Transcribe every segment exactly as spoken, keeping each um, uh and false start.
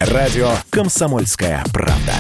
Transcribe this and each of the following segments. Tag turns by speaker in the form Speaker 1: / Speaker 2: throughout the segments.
Speaker 1: Радио «Комсомольская правда».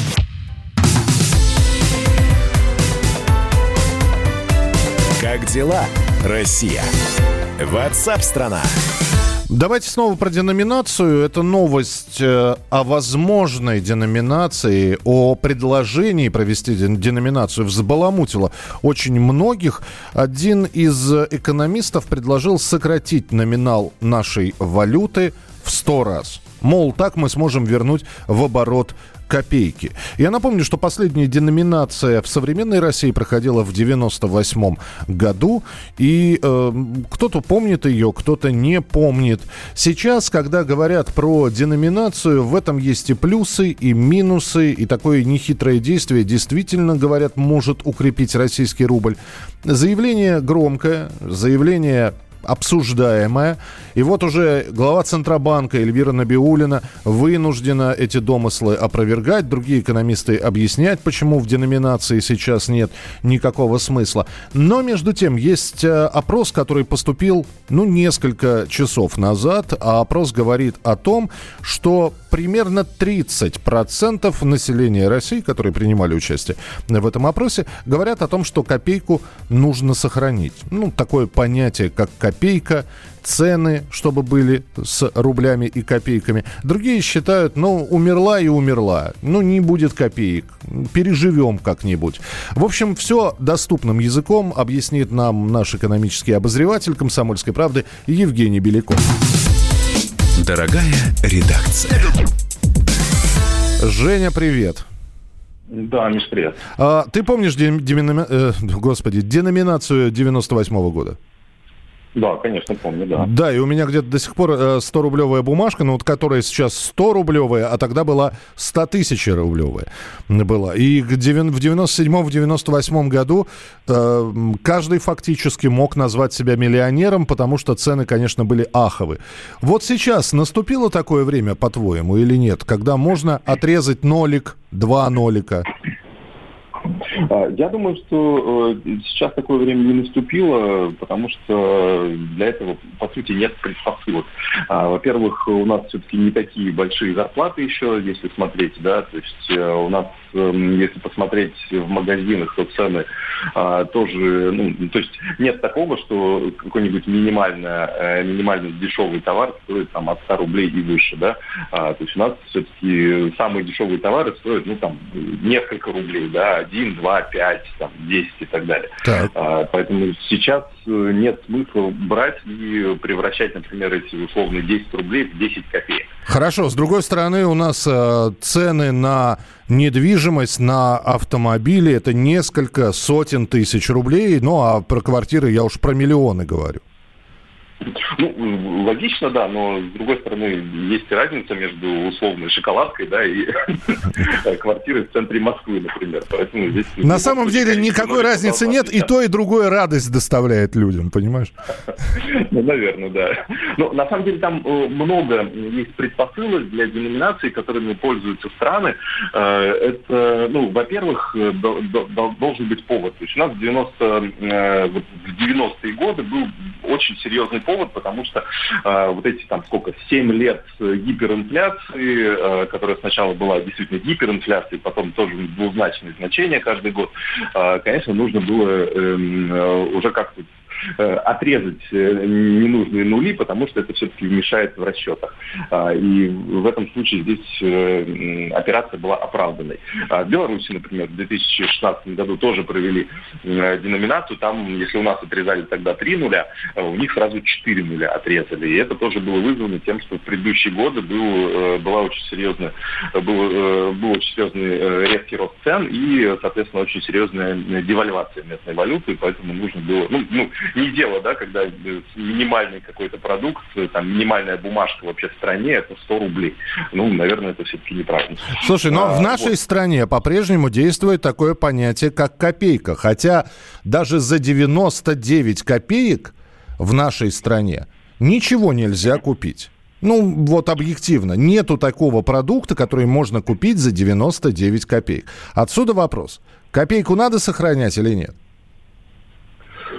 Speaker 1: Как дела, Россия? Ватсап-страна!
Speaker 2: Давайте снова про деноминацию. Это новость э, о возможной деноминации, о предложении провести деноминацию взбаламутила очень многих. Один из экономистов предложил сократить номинал нашей валюты в сто раз. Мол, так мы сможем вернуть в оборот копейки. Я напомню, что последняя деноминация в современной России проходила в девяносто восьмом году, и э, кто-то помнит ее, кто-то не помнит. Сейчас, когда говорят про деноминацию, в этом есть и плюсы, и минусы, и такое нехитрое действие действительно, говорят, может укрепить российский рубль. Заявление громкое, заявление обсуждаемая. И вот уже глава Центробанка Эльвира Набиуллина вынуждена эти домыслы опровергать. Другие экономисты объяснять, почему в деноминации сейчас нет никакого смысла. Но, между тем, есть опрос, который поступил, ну, несколько часов назад. А опрос говорит о том, что примерно тридцать процентов населения России, которые принимали участие в этом опросе, говорят о том, что копейку нужно сохранить. Ну, такое понятие, как копейка, цены, чтобы были с рублями и копейками. Другие считают, ну, умерла и умерла. Ну, не будет копеек. Переживем как-нибудь. В общем, все доступным языком объяснит нам наш экономический обозреватель «Комсомольской правды» Евгений Беляков.
Speaker 1: Дорогая редакция.
Speaker 2: Женя, привет.
Speaker 3: Да, Миш, привет.
Speaker 2: А, ты помнишь дем, деминоми... э, господи, деноминацию девяносто восьмого года?
Speaker 3: Да, конечно, помню, да.
Speaker 2: Да, и у меня где-то до сих пор сто-рублевая бумажка, ну вот которая сейчас сто-рублевая, а тогда была сто тысяч рублевая была. И в девяносто седьмом, в девяносто восьмом году э, каждый фактически мог назвать себя миллионером, потому что цены, конечно, были аховы. Вот сейчас наступило такое время, по-твоему, или нет, когда можно отрезать нолик, два нолика?
Speaker 3: Я думаю, что сейчас такое время не наступило, потому что для этого, по сути, нет предпосылок. Во-первых, у нас все-таки не такие большие зарплаты еще, если смотреть, да, то есть у нас, если посмотреть в магазинах, то цены тоже, ну, то есть нет такого, что какой-нибудь минимально, минимально дешевый товар стоит там от ста рублей и выше, да, то есть у нас все-таки самые дешевые товары стоят, ну, там, несколько рублей, да, один, два, пять, там, десять и так далее. Так. А, поэтому сейчас нет смысла брать и превращать, например, эти условные десять рублей в десять копеек.
Speaker 2: Хорошо. С другой стороны, у нас э, цены на недвижимость, на автомобили, это несколько сотен тысяч рублей. Ну, а про квартиры я уж про миллионы говорю.
Speaker 3: Ну, логично, да, но, с другой стороны, есть разница между условной шоколадкой, да, и квартирой в центре Москвы, например. Поэтому здесь...
Speaker 2: На самом деле никакой разницы нет, и то, и другое радость доставляет людям, понимаешь?
Speaker 3: Ну, наверное, да. Но, на самом деле, там много есть предпосылок для деноминации, которыми пользуются страны. Это, ну, во-первых, должен быть повод. То есть у нас в девяностые годы был очень серьезный повод, потому что э, вот эти там сколько, семь лет гиперинфляции, э, которая сначала была действительно гиперинфляцией, потом тоже двузначные значения каждый год, э, конечно, нужно было э, уже как-то отрезать ненужные нули, потому что это все-таки мешает в расчетах. И в этом случае здесь операция была оправданной. В Беларуси, например, в две тысячи шестнадцатом году тоже провели деноминацию. Там, если у нас отрезали тогда три нуля, у них сразу четыре нуля отрезали. И это тоже было вызвано тем, что в предыдущие годы был, была очень серьезная, был, был очень серьезный резкий рост цен и, соответственно, очень серьезная девальвация местной валюты. Поэтому нужно было... Ну, ну, не дело, да, когда минимальный какой-то продукт, там, минимальная бумажка вообще в стране, это сто рублей. Ну, наверное, это все-таки неправильно.
Speaker 2: Слушай, но а, в нашей вот. стране по-прежнему действует такое понятие, как копейка. Хотя даже за девяносто девять копеек в нашей стране ничего нельзя купить. Ну, вот объективно, нету такого продукта, который можно купить за девяносто девять копеек. Отсюда вопрос. Копейку надо сохранять или нет?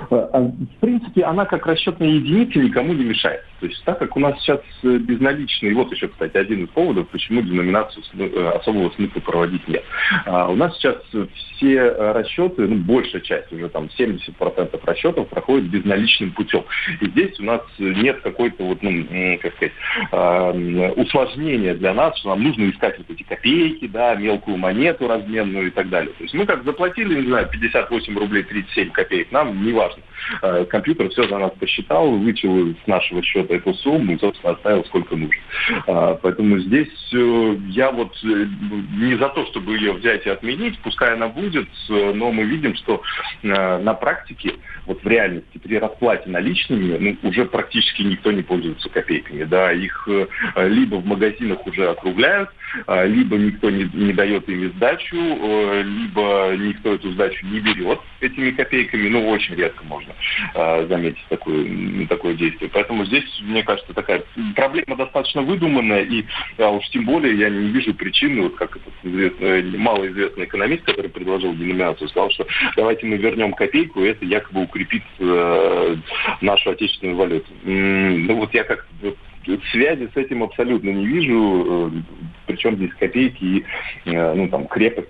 Speaker 3: В принципе, она как расчетная единица никому не мешает. То есть так как у нас сейчас безналичные, вот еще, кстати, один из поводов, почему деноминацию особого смысла проводить нет. У нас сейчас все расчеты, ну, большая часть, уже там семьдесят процентов расчетов проходит безналичным путем. И здесь у нас нет какой-то вот, ну, как сказать, усложнения для нас, что нам нужно искать вот эти копейки, да, мелкую монету разменную и так далее. То есть мы как заплатили, не знаю, пятьдесят восемь рублей тридцать семь копеек, нам не важно. Компьютер все за нас посчитал, вычел с нашего счета эту сумму и, собственно, оставил сколько нужно. Поэтому здесь я вот не за то, чтобы ее взять и отменить, пускай она будет, но мы видим, что на практике, вот в реальности, при расплате наличными, ну, уже практически никто не пользуется копейками. Да, их либо в магазинах уже округляют, либо никто не, не дает им сдачу, либо никто эту сдачу не берет этими копейками. Ну, очень редко можно заметить такое, такое действие. Поэтому здесь, мне кажется, такая проблема достаточно выдуманная, и а уж тем более я не вижу причины, вот как этот известный, малоизвестный экономист, который предложил деноминацию, сказал, что давайте мы вернем копейку, и это якобы укрепит э, нашу отечественную валюту. М-м, ну вот я как связи с этим абсолютно не вижу, причем здесь копейки и, ну, там, крепость,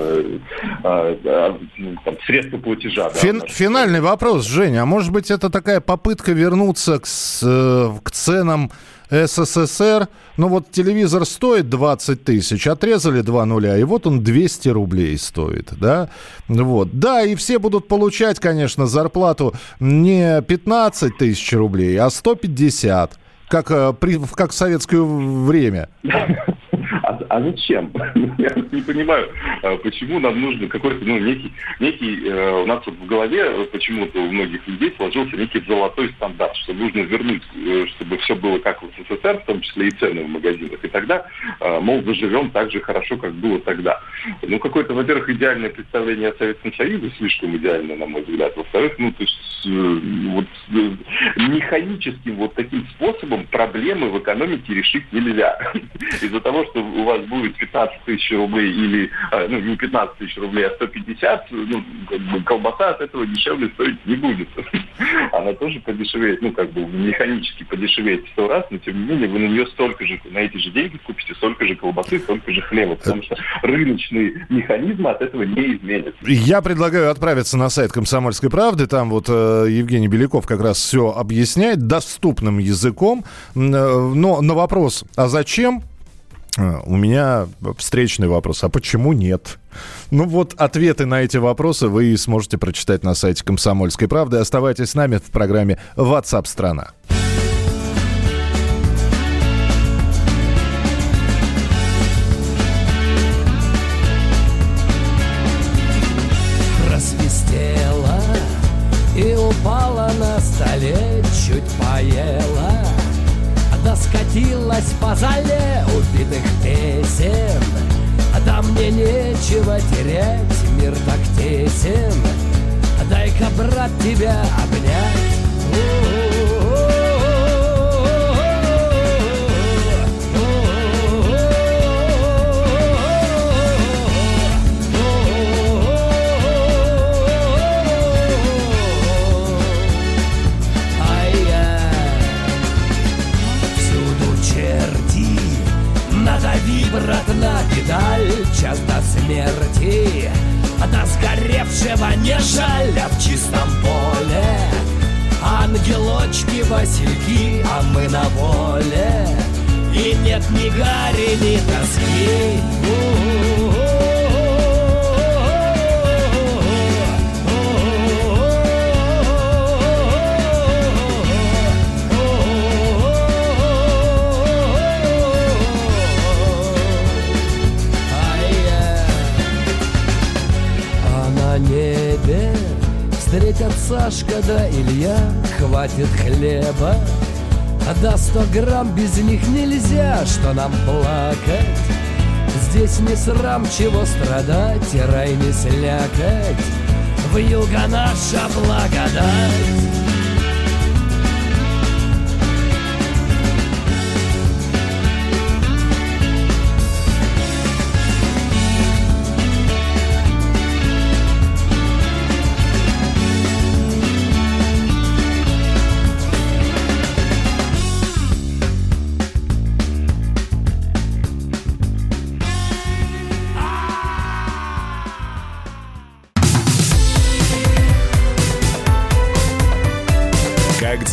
Speaker 3: там, средства платежа.
Speaker 2: Фин,
Speaker 3: да,
Speaker 2: финальный вопрос, Женя, а может быть это такая попытка вернуться к, к ценам СССР? Ну вот телевизор стоит двадцать тысяч, отрезали два нуля, и вот он двести рублей стоит, да? Вот. Да, и все будут получать, конечно, зарплату не пятнадцать тысяч рублей, а сто пятьдесят. Как, при, как в советское время.
Speaker 3: А, а зачем? Я не понимаю, почему нам нужно какой-то, ну, некий, некий у нас вот в голове почему-то у многих людей сложился некий золотой стандарт, что нужно вернуть, чтобы все было как в СССР, в том числе и цены в магазинах. И тогда, мол, заживем так же хорошо, как было тогда. Ну, какое-то, во-первых, идеальное представление о Советском Союзе, слишком идеальное, на мой взгляд. Во-вторых, ну, то есть, вот, механическим вот таким способом проблемы в экономике решить нельзя. Из-за того, что у вас будет пятнадцать тысяч рублей или, ну, не пятнадцать тысяч рублей, а сто пятьдесят, ну, как бы колбаса от этого дешевле стоить не будет. Она тоже подешевеет, ну, как бы механически подешевеет в сто раз, но тем не менее вы на нее столько же, на эти же деньги купите столько же колбасы, столько же хлеба, потому что рыночные механизмы от этого не изменятся. Я
Speaker 2: предлагаю отправиться на сайт «Комсомольской правды», там вот э, Евгений Беляков как раз все объясняет доступным языком, но на вопрос, а зачем? У меня встречный вопрос. А почему нет? Ну вот, ответы на эти вопросы вы сможете прочитать на сайте «Комсомольской правды». Оставайтесь с нами в программе WhatsApp страна.
Speaker 4: Просвистела и упала на столе, чуть поела, да скатилась по зале убитых песен. Да мне нечего терять, мир так тесен. Дай-ка, брат, тебя обнять. Надави, брат, на педаль, час до смерти, до сгоревшего не жаль, а в чистом поле ангелочки, васильки, а мы на воле, и нет ни гари, ни тоски. Встретят Сашка да Илья, хватит хлеба, да сто грамм без них нельзя, что нам плакать. Здесь не срам, чего страдать, и рай не слякоть, вьюга наша благодать.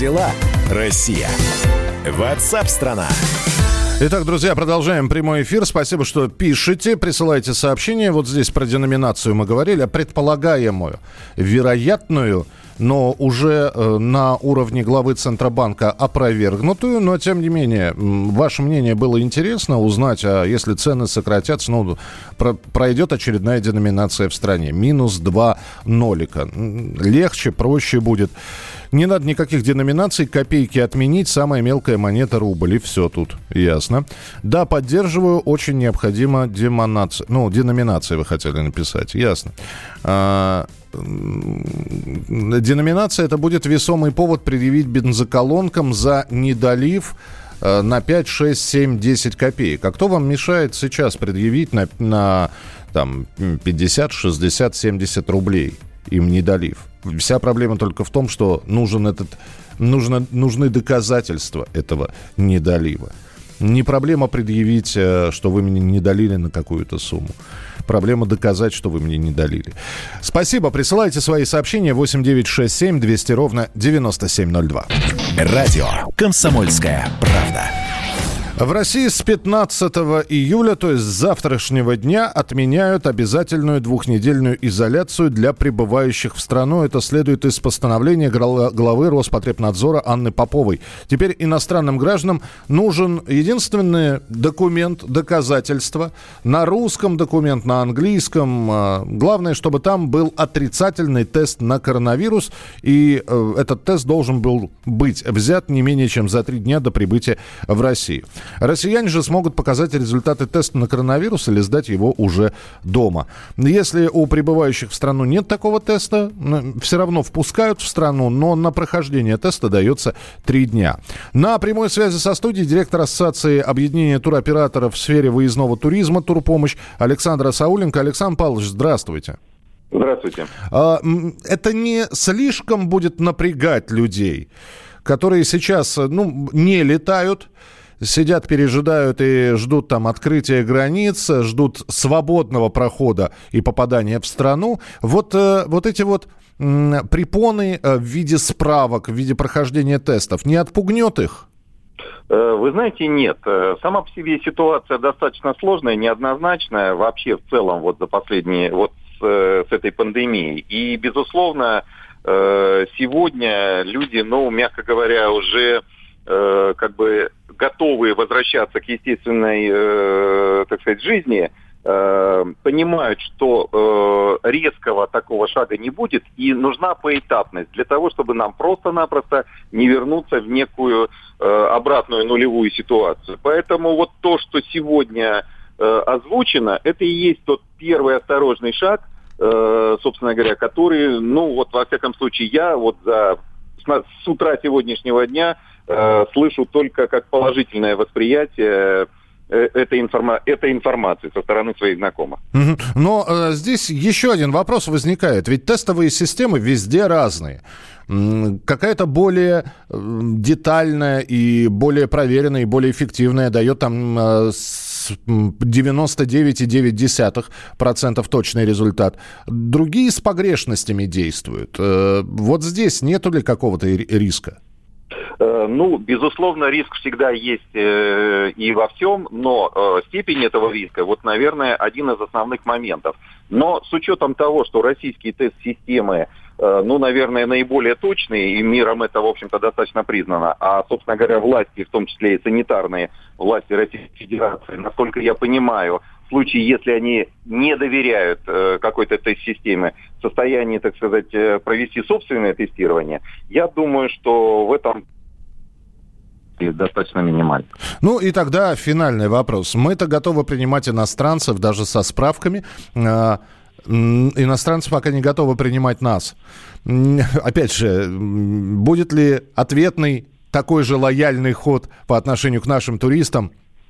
Speaker 1: дела, Россия? Ватсап-страна!
Speaker 2: Итак, друзья, продолжаем прямой эфир. Спасибо, что пишете, присылайте сообщения. Вот здесь про деноминацию мы говорили, а предполагаемую, вероятную, но уже э, на уровне главы Центробанка опровергнутую. Но, тем не менее, ваше мнение было интересно узнать, а если цены сократятся, ну, про- пройдет очередная деноминация в стране. Минус два нолика. Легче, проще будет. Не надо никаких деноминаций, копейки отменить, самая мелкая монета рубль, и все тут, ясно. Да, поддерживаю, очень необходима демонация, ну, деноминация вы хотели написать, ясно. А, деноминация — это будет весомый повод предъявить бензоколонкам за недолив на пять, шесть, семь, десять копеек. А кто вам мешает сейчас предъявить на, на там, пятьдесят, шестьдесят, семьдесят рублей им недолив? Вся проблема только в том, что нужен этот, нужно, нужны доказательства этого недолива. Не проблема предъявить, что вы мне не долили на какую-то сумму. Проблема доказать, что вы мне не долили. Спасибо. Присылайте свои сообщения восемь девятьсот шестьдесят семь двести ровно девяносто семь ноль два.
Speaker 1: Радио «Комсомольская правда».
Speaker 2: В России с пятнадцатого июля, то есть с завтрашнего дня, отменяют обязательную двухнедельную изоляцию для прибывающих в страну. Это следует из постановления главы Роспотребнадзора Анны Поповой. Теперь иностранным гражданам нужен единственный документ, доказательство. На русском документ, на английском. Главное, чтобы там был отрицательный тест на коронавирус. И этот тест должен был быть взят не менее чем за три дня до прибытия в Россию. Россияне же смогут показать результаты теста на коронавирус или сдать его уже дома. Если у прибывающих в страну нет такого теста, все равно впускают в страну, но на прохождение теста дается три дня. На прямой связи со студией директор Ассоциации объединения туроператоров в сфере выездного туризма «Турпомощь» Александр Сауленко. Александр Павлович, здравствуйте.
Speaker 3: Здравствуйте.
Speaker 2: Это не слишком будет напрягать людей, которые сейчас, ну, не летают, сидят, пережидают и ждут там открытия границ, ждут свободного прохода и попадания в страну. Вот, вот эти вот препоны в виде справок, в виде прохождения тестов, не отпугнет их?
Speaker 3: Вы знаете, нет. Сама по себе ситуация достаточно сложная, неоднозначная вообще в целом вот за последние, вот с, с этой пандемией. И, безусловно, сегодня люди, ну, мягко говоря, уже как бы готовые возвращаться к естественной, э, так сказать, жизни, э, понимают, что э, резкого такого шага не будет, и нужна поэтапность для того, чтобы нам просто-напросто не вернуться в некую э, обратную нулевую ситуацию. Поэтому вот то, что сегодня э, озвучено, это и есть тот первый осторожный шаг, э, собственно говоря, который, ну вот во всяком случае я вот за с утра сегодняшнего дня э, слышу только как положительное восприятие э, этой, информа- этой информации со стороны своих знакомых.
Speaker 2: Mm-hmm. Но э, здесь еще один вопрос возникает. Ведь тестовые системы везде разные. Какая-то более детальная и более проверенная, и более эффективная дает там э, девяносто девять целых девять десятых процента точный результат. Другие с погрешностями действуют. Э, вот здесь нету ли какого-то риска?
Speaker 3: Ну, безусловно, риск всегда есть э, и во всем, но э, степень этого риска, вот, наверное, один из основных моментов. Но с учетом того, что российские тест-системы, э, ну, наверное, наиболее точные, и миром это, в общем-то, достаточно признано, а, собственно говоря, власти, в том числе и санитарные власти Российской Федерации, насколько я понимаю, в случае, если они не доверяют э, какой-то тест-системе, в состоянии, так сказать, э, провести собственное тестирование, я думаю, что в этом достаточно минимально.
Speaker 2: Ну и тогда финальный вопрос. Мы-то готовы принимать иностранцев даже со справками. А, иностранцы пока не готовы принимать нас. Опять же, будет ли ответный такой же лояльный ход по отношению к нашим туристам?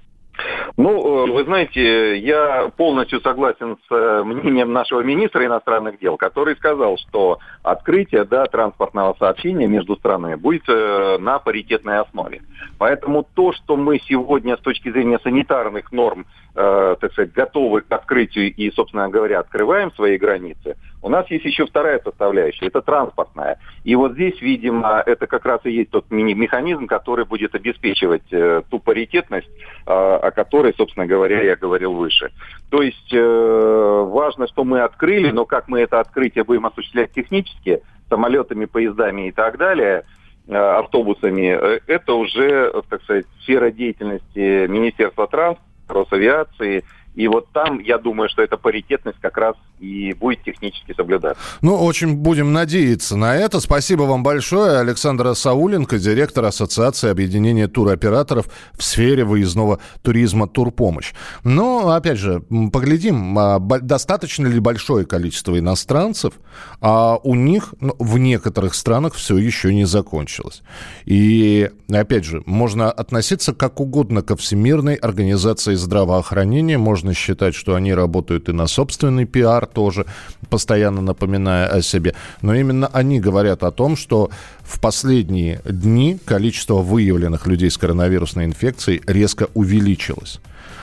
Speaker 3: Ну, вы знаете, я полностью согласен с мнением нашего министра иностранных дел, который сказал, что открытие, да, транспортного сообщения между странами будет э, на паритетной основе. Поэтому то, что мы сегодня с точки зрения санитарных норм
Speaker 5: э, так сказать, готовы к открытию и, собственно говоря, открываем свои границы, у нас есть еще вторая составляющая, это транспортная. И вот здесь, видимо, это как раз и есть тот механизм, который будет обеспечивать э, ту паритетность, э, о которой, собственно говоря, я говорил выше. То есть э, важно, что мы открыли, но как мы это открытие будем осуществлять технически, самолетами, поездами и так далее, э, автобусами, э, это уже, так сказать, сфера деятельности Министерства транспорта, Росавиации. И вот там, я думаю, что эта паритетность как раз и будет технически соблюдаться.
Speaker 2: Ну, очень будем надеяться на это. Спасибо вам большое. Александр Сауленко, директор Ассоциации объединения туроператоров в сфере выездного туризма «Турпомощь». Но, опять же, поглядим, достаточно ли большое количество иностранцев, а у них ну, в некоторых странах все еще не закончилось. И, опять же, можно относиться как угодно ко Всемирной организации здравоохранения, можно считать, что они работают и на собственный пиар тоже, постоянно напоминая о себе. Но именно они говорят о том, что в последние дни количество выявленных людей с коронавирусной инфекцией резко увеличилось.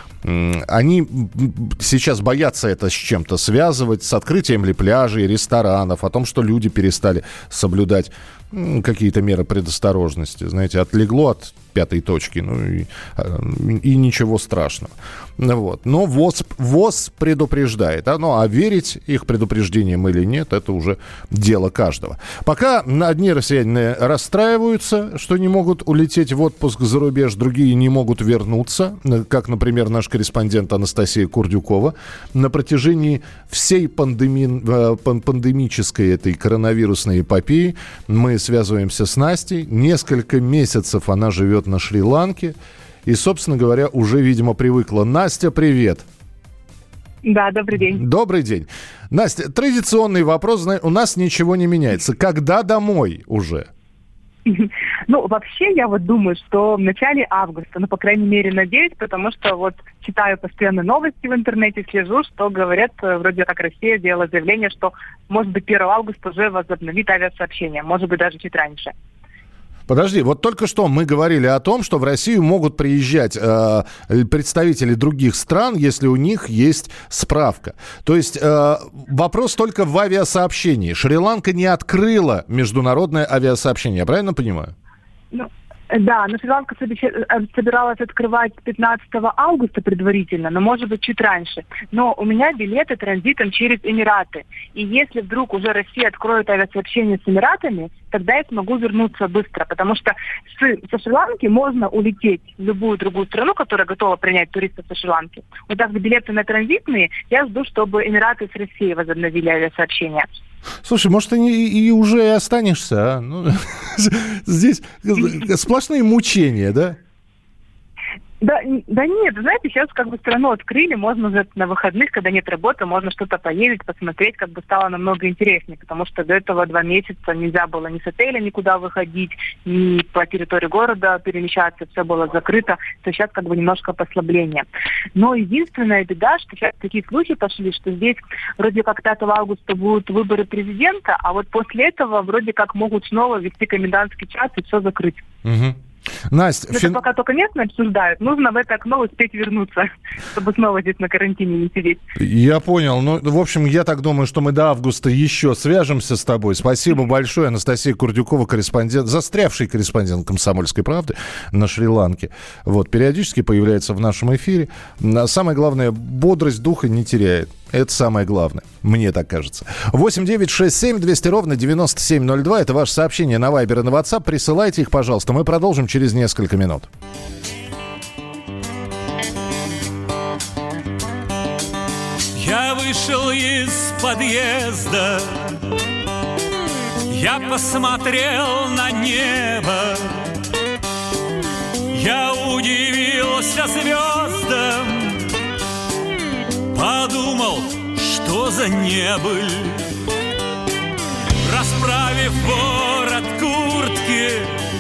Speaker 2: Они сейчас боятся это с чем-то связывать, с открытием ли пляжей, ресторанов, о том, что люди перестали соблюдать какие-то меры предосторожности. Знаете, отлегло от пятой точки, ну и, и ничего страшного. Вот. Но ВОЗ, ВОЗ предупреждает. А, ну, а верить их предупреждениям или нет, это уже дело каждого. Пока одни россияне расстраиваются, что не могут улететь в отпуск за рубеж, другие не могут вернуться, как, например, наш корреспондент Анастасия Курдюкова. На протяжении всей пандеми... пандемической этой коронавирусной эпопеи мы связываемся с Настей. Несколько месяцев она живет на Шри-Ланке и, собственно говоря, уже, видимо, привыкла. Настя, привет.
Speaker 6: Да, добрый день.
Speaker 2: Добрый день. Настя, традиционный вопрос. У нас ничего не меняется. Когда домой уже?
Speaker 6: Ну, вообще, я вот думаю, что в начале августа, ну, по крайней мере, надеюсь, потому что вот читаю постоянно новости в интернете, слежу, что говорят, вроде как Россия сделала заявление, что, может быть, первого августа уже возобновит авиасообщение, может быть, даже чуть раньше.
Speaker 2: Подожди, вот только что мы говорили о том, что в Россию могут приезжать э, представители других стран, если у них есть справка. То есть э, вопрос только в авиасообщении. Шри-Ланка не открыла международное авиасообщение, я правильно понимаю?
Speaker 6: Ну, да, но Шри-Ланка собиралась открывать пятнадцатого августа предварительно, но, может быть, чуть раньше. Но у меня билеты транзитом через Эмираты. И если вдруг уже Россия откроет авиасообщение с Эмиратами, тогда я смогу вернуться быстро, потому что с, со Шри-Ланки можно улететь в любую другую страну, которая готова принять туристов со Шри-Ланки. Вот так билеты на транзитные я жду, чтобы Эмираты с Россией возобновили авиасообщение.
Speaker 2: Слушай, может, ты не, и уже и останешься, а? Ну, здесь сплошные мучения, да?
Speaker 6: Да, да нет, знаете, сейчас как бы страну открыли, можно уже на выходных, когда нет работы, можно что-то поездить, посмотреть, как бы стало намного интереснее, потому что до этого два месяца нельзя было ни с отеля никуда выходить, ни по территории города перемещаться, все было закрыто, то сейчас как бы немножко послабление. Но единственная беда, что сейчас такие слухи пошли, что здесь вроде как пятого августа будут выборы президента, а вот после этого вроде как могут снова ввести комендантский час и все закрыть.
Speaker 2: Угу. Настя,
Speaker 6: это
Speaker 2: фин...
Speaker 6: пока только местные обсуждают. Нужно в это окно успеть вернуться, чтобы снова здесь на карантине не сидеть.
Speaker 2: Я понял. Ну, в общем, я так думаю, что мы до августа еще свяжемся с тобой. Спасибо большое. Анастасия Курдюкова, корреспондент, застрявший корреспондент «Комсомольской правды» на Шри-Ланке. Вот, периодически появляется в нашем эфире. Самое главное, бодрость духа не теряет. Это самое главное, мне так кажется. восемь девять шесть семь двести ровно девяносто семь ноль два. Это ваше сообщение на Вайбер и на WhatsApp. Присылайте их, пожалуйста. Мы продолжим через несколько минут.
Speaker 7: Я вышел из подъезда, я посмотрел на небо, я удивился звездам, подумал, что за небыль. Расправив ворот куртки,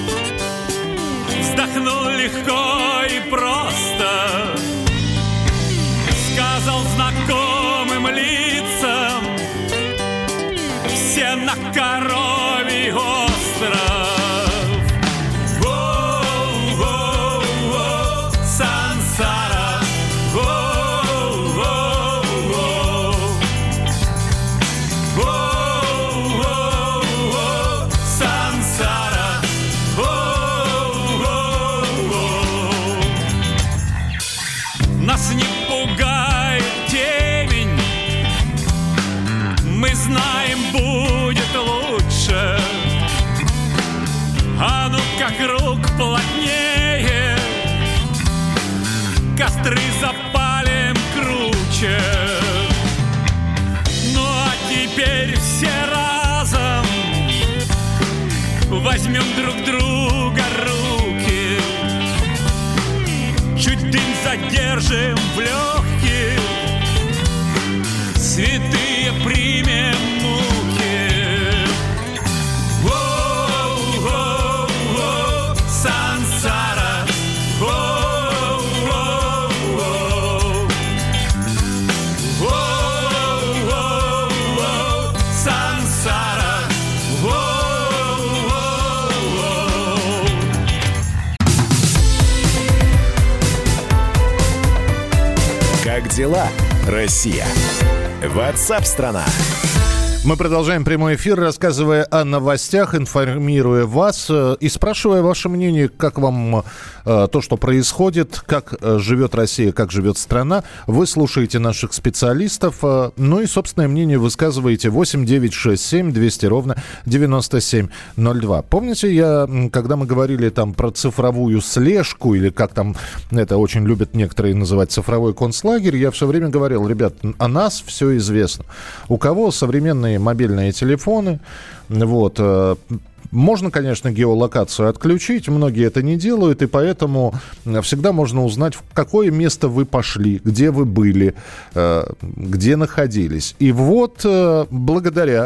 Speaker 7: вздохнул легко и просто, сказал знакомым лицам: все на Коровий остров. Воу, воу, воу, сансара, воу. Нас не пугает темень, мы знаем, будет лучше. А ну как рук плотнее, костры запалим круче. Ну а теперь все разом возьмем друг друга руки, чуть дым задержим в легких, святые примем муки. Воу-воу-воу, сансара, воу-воу-воу, воу-воу-воу, сансара, воу-воу-воу.
Speaker 1: Как дела, Россия? Ватсап-страна!
Speaker 2: Мы продолжаем прямой эфир, рассказывая о новостях, информируя вас э, и спрашивая ваше мнение, как вам э, то, что происходит, как э, живет Россия, как живет страна. Вы слушаете наших специалистов, э, ну и собственное мнение высказываете. Восемь девятьсот шестьдесят семь двести ровно девяносто семь ноль два. Помните, я, когда мы говорили там про цифровую слежку, или как там это очень любят некоторые называть цифровой концлагерь, я все время говорил: ребят, о нас все известно. У кого современные мобильные телефоны, вот, можно, конечно, геолокацию отключить, многие это не делают, и поэтому всегда можно узнать, в какое место вы пошли, где вы были, где находились. И вот благодаря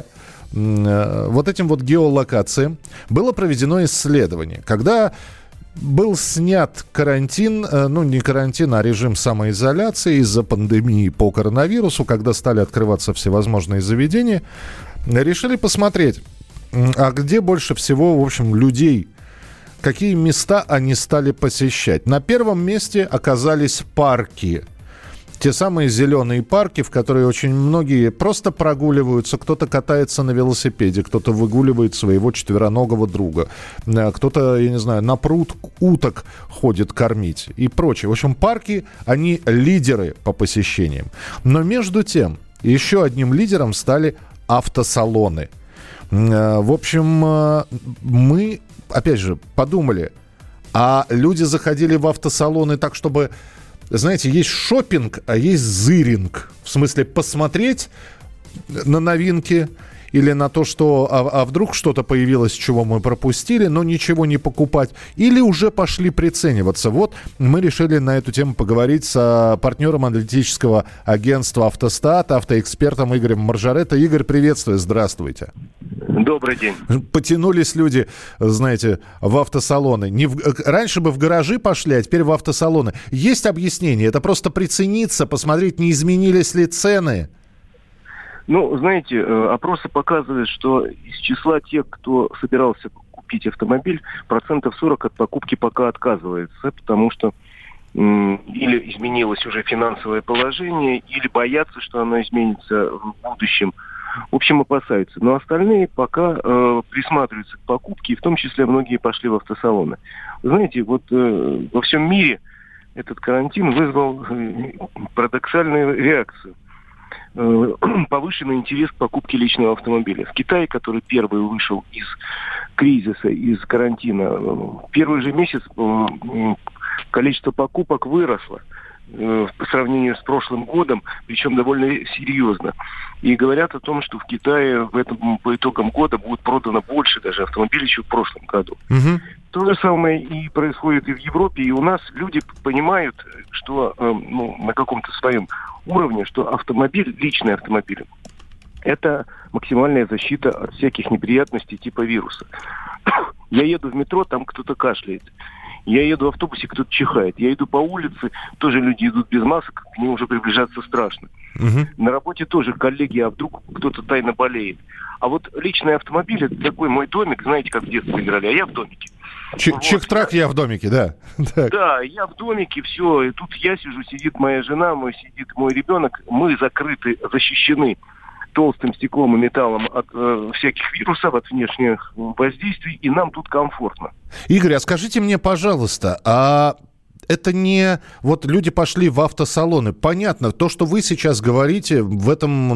Speaker 2: вот этим вот геолокациям было проведено исследование, когда был снят карантин, ну не карантин, а режим самоизоляции из-за пандемии по коронавирусу, когда стали открываться всевозможные заведения, решили посмотреть, а где больше всего, в общем, людей, какие места они стали посещать. На первом месте оказались парки. Те самые зеленые парки, в которые очень многие просто прогуливаются. Кто-то катается на велосипеде, кто-то выгуливает своего четвероногого друга. Кто-то, я не знаю, на пруд уток ходит кормить и прочее. В общем, парки, они лидеры по посещениям. Но между тем, еще одним лидером стали автосалоны. В общем, мы, опять же, подумали, а люди заходили в автосалоны так, чтобы... Знаете, есть шопинг, а есть зыринг. В смысле, посмотреть на новинки или на то, что а, а вдруг что-то появилось, чего мы пропустили, но ничего не покупать. Или уже пошли прицениваться. Вот мы решили на эту тему поговорить с партнером аналитического агентства «Автостат», автоэкспертом Игорем Маржаретто. Игорь, приветствую, здравствуйте.
Speaker 8: Добрый день.
Speaker 2: Потянулись люди, знаете, в автосалоны. Не в... Раньше бы в гаражи пошли, а теперь в автосалоны. Есть объяснение? Это просто прицениться, посмотреть, не изменились ли цены?
Speaker 8: Ну, знаете, опросы показывают, что из числа тех, кто собирался купить автомобиль, процентов сорок от покупки пока отказывается, потому что м- или изменилось уже финансовое положение, или боятся, что оно изменится в будущем. В общем, опасаются. Но остальные пока э, присматриваются к покупке, и в том числе многие пошли в автосалоны. Вы знаете, вот э, во всем мире этот карантин вызвал э, парадоксальную реакцию. Э, повышенный интерес к покупке личного автомобиля. В Китае, который первый вышел из кризиса, из карантина, в первый же месяц э, количество покупок выросло по сравнению с прошлым годом, причем довольно серьезно. И говорят о том, что в Китае в этом, по итогам года будет продано больше даже автомобилей, чем в прошлом году. Угу. То же самое и происходит и в Европе, и у нас люди понимают, что э, ну, на каком-то своем уровне, что автомобиль, личный автомобиль, это максимальная защита от всяких неприятностей типа вируса. Я еду в метро, там кто-то кашляет. Я еду в автобусе, кто-то чихает. Я иду по улице, тоже люди идут без масок, к ним уже приближаться страшно. Угу. На работе тоже коллеги, а вдруг кто-то тайно болеет. А вот личный автомобиль, это такой мой домик, знаете, как в детстве играли, а я в домике.
Speaker 2: Ч- вот. Чих-трак, я в домике, да.
Speaker 8: Да, я в домике, все, и тут я сижу, сидит моя жена, мой сидит мой ребенок, мы закрыты, защищены толстым стеклом и металлом от э, всяких вирусов, от внешних воздействий, и нам тут комфортно.
Speaker 2: Игорь, а скажите мне, пожалуйста, а это не... Вот люди пошли в автосалоны. Понятно, то, что вы сейчас говорите, в этом,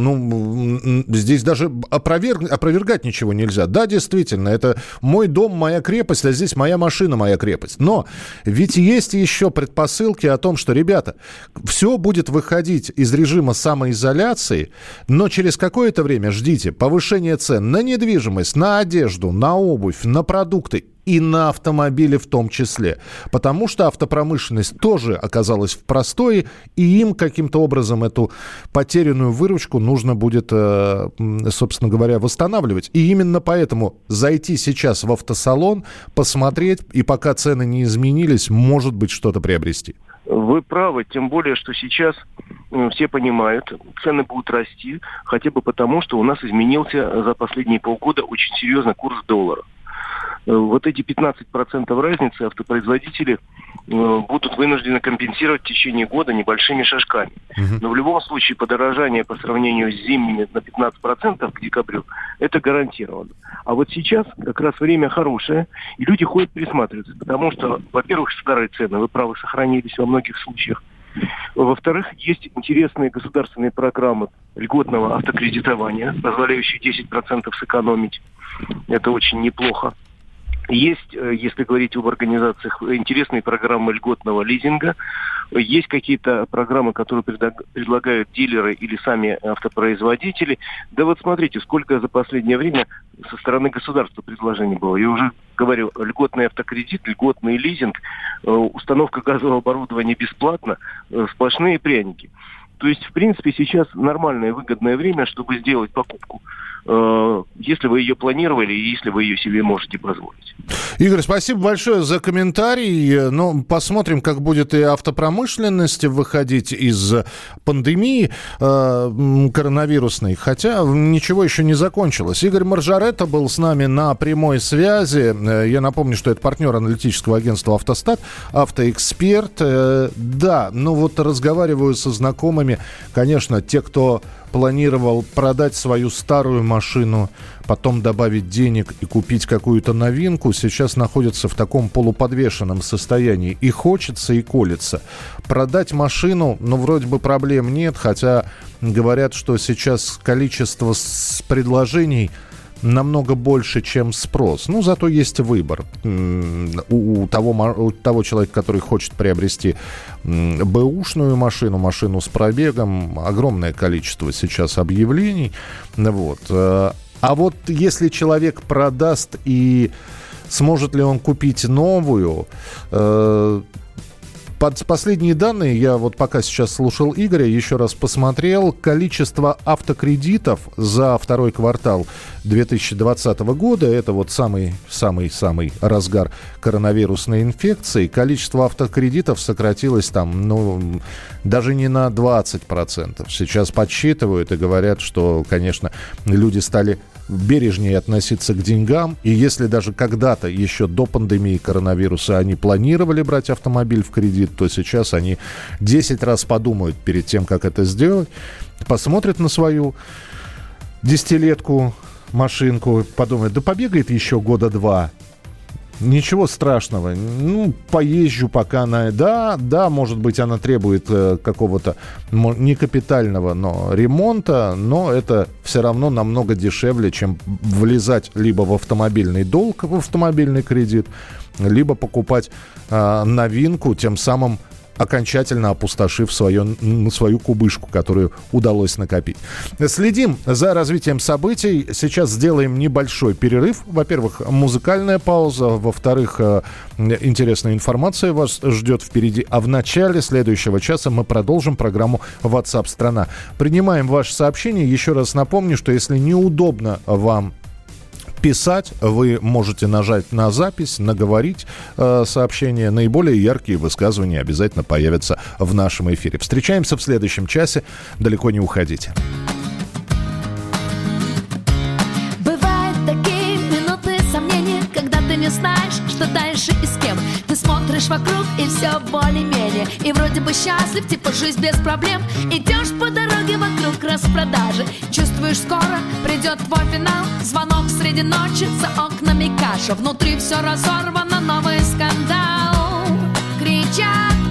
Speaker 2: ну, здесь даже опроверг... опровергать ничего нельзя. Да, действительно, это мой дом, моя крепость, а здесь моя машина, моя крепость. Но ведь есть еще предпосылки о том, что, ребята, все будет выходить из режима самоизоляции, но через какое-то время, ждите, повышение цен на недвижимость, на одежду, на обувь, на продукты и на автомобили в том числе. Потому что автопромышленность тоже оказалась в простое, и им каким-то образом эту потерянную выручку нужно будет, собственно говоря, восстанавливать. И именно поэтому зайти сейчас в автосалон, посмотреть, и пока цены не изменились, может быть, что-то приобрести.
Speaker 8: Вы правы, тем более, что сейчас все понимают, цены будут расти, хотя бы потому, что у нас изменился за последние полгода очень серьезно курс доллара. Вот эти пятнадцать процентов разницы автопроизводители будут вынуждены компенсировать в течение года небольшими шажками. Uh-huh. Но в любом случае подорожание по сравнению с зимними на пятнадцать процентов к декабрю это гарантировано. А вот сейчас как раз время хорошее, и люди ходят присматриваться, потому что, во-первых, старые цены, вы правы, сохранились во многих случаях. Во-вторых, есть интересные государственные программы льготного автокредитования, позволяющие десять процентов сэкономить. Это очень неплохо. Есть, если говорить об организациях, интересные программы льготного лизинга. Есть какие-то программы, которые предлагают дилеры или сами автопроизводители. Да вот смотрите, сколько за последнее время со стороны государства предложений было. Я уже говорю, льготный автокредит, льготный лизинг, установка газового оборудования бесплатно, сплошные пряники. То есть, в принципе, сейчас нормальное выгодное время, чтобы сделать покупку, э, если вы ее планировали и если вы ее себе можете позволить.
Speaker 2: Игорь, спасибо большое за комментарий. Ну, посмотрим, как будет и автопромышленность выходить из пандемии э, коронавирусной. Хотя ничего еще не закончилось. Игорь Маржаретта был с нами на прямой связи. Я напомню, что это партнер аналитического агентства «Автостат», автоэксперт. Э, да, ну вот разговариваю со знакомыми. Конечно, те, кто планировал продать свою старую машину, потом добавить денег и купить какую-то новинку, сейчас находятся в таком полуподвешенном состоянии. И хочется, и колется. Продать машину, ну, вроде бы проблем нет, хотя говорят, что сейчас количество предложений намного больше, чем спрос. Ну, зато есть выбор у, у, того, у того человека, который хочет приобрести бэушную машину, машину с пробегом. Огромное количество сейчас объявлений. Вот. А вот если человек продаст и сможет ли он купить новую... Под последние данные, я вот пока сейчас слушал Игоря, еще раз посмотрел, количество автокредитов за второй квартал две тысячи двадцатого года, это вот самый-самый-самый разгар коронавирусной инфекции, количество автокредитов сократилось там, ну, даже не на двадцать процентов. Сейчас подсчитывают и говорят, что, конечно, люди стали бережнее относиться к деньгам. И если даже когда-то, еще до пандемии коронавируса, они планировали брать автомобиль в кредит, то сейчас они десять раз подумают перед тем, как это сделать. Посмотрят на свою десятилетку, машинку, подумают, да побегает еще года два. Ничего страшного. Ну, поезжу пока на... Да, да, может быть, она требует э, какого-то не капитального, но ремонта, но это все равно намного дешевле, чем влезать либо в автомобильный долг, в автомобильный кредит, либо покупать э, новинку, тем самым окончательно опустошив свою, свою кубышку, которую удалось накопить. Следим за развитием событий. Сейчас сделаем небольшой перерыв. Во-первых, музыкальная пауза. Во-вторых, интересная информация вас ждет впереди. А в начале следующего часа мы продолжим программу WhatsApp страна. Принимаем ваши сообщения. Еще раз напомню, что если неудобно вам писать, вы можете нажать на запись, наговорить э, сообщение. Наиболее яркие высказывания обязательно появятся в нашем эфире. Встречаемся в следующем часе. Далеко не уходите.
Speaker 9: Бывают такие минуты сомнений, когда ты не знаешь, что дальше и с кем. Ты смотришь вокруг, и все более-менее. И вроде бы счастлив, типа жизнь без проблем. Идешь по дороге вокруг распродажи. Чувствуешь, скоро придет твой финал. Звонок среди ночи, за окнами каша. Внутри все разорвано, новый скандал. Кричат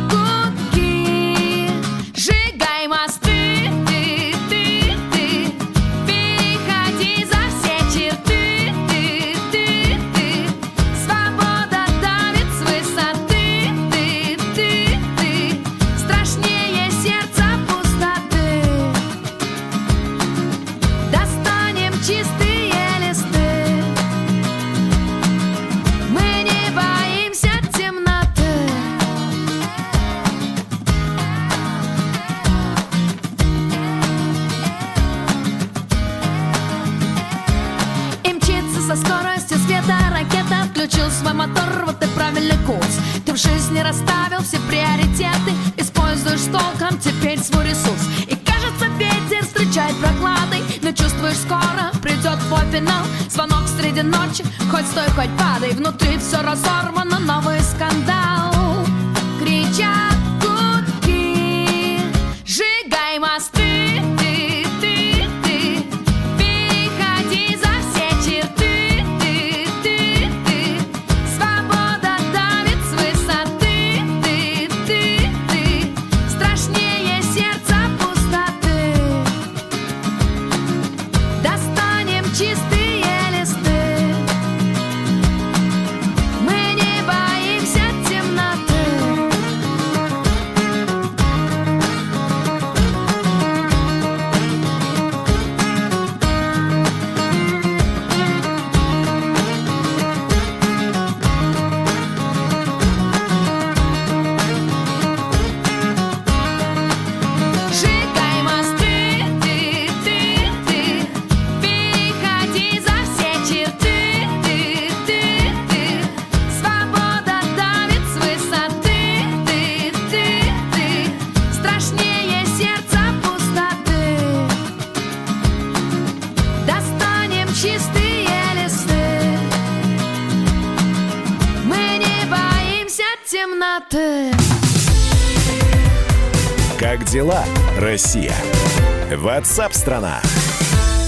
Speaker 9: включил свой мотор, вот и правильный курс. Ты в жизни расставил все приоритеты, используешь с толком теперь свой ресурс. И кажется, ветер встречает прохладой, но чувствуешь, скоро придет твой финал. Звонок среди ночи, хоть стой, хоть падай, внутри все разорвано, новый скандал. Кричат гудки, сжигай мосты, ты, ты, ты, переходи за все черты, ты, ты, ты, свобода давит с высоты, ты, ты, ты, страшнее сердца пустоты. Достанем чистые листы, мы не боимся темноты. Сжигай мосты, ты, ты, ты, переходи за все черты, ты, ты, ты, свобода давит с высоты, ты, ты, ты, страшнее сердца пустоты. Достанем чистые листы, мы не боимся темноты.
Speaker 1: Как дела, Россия? WhatsApp-страна.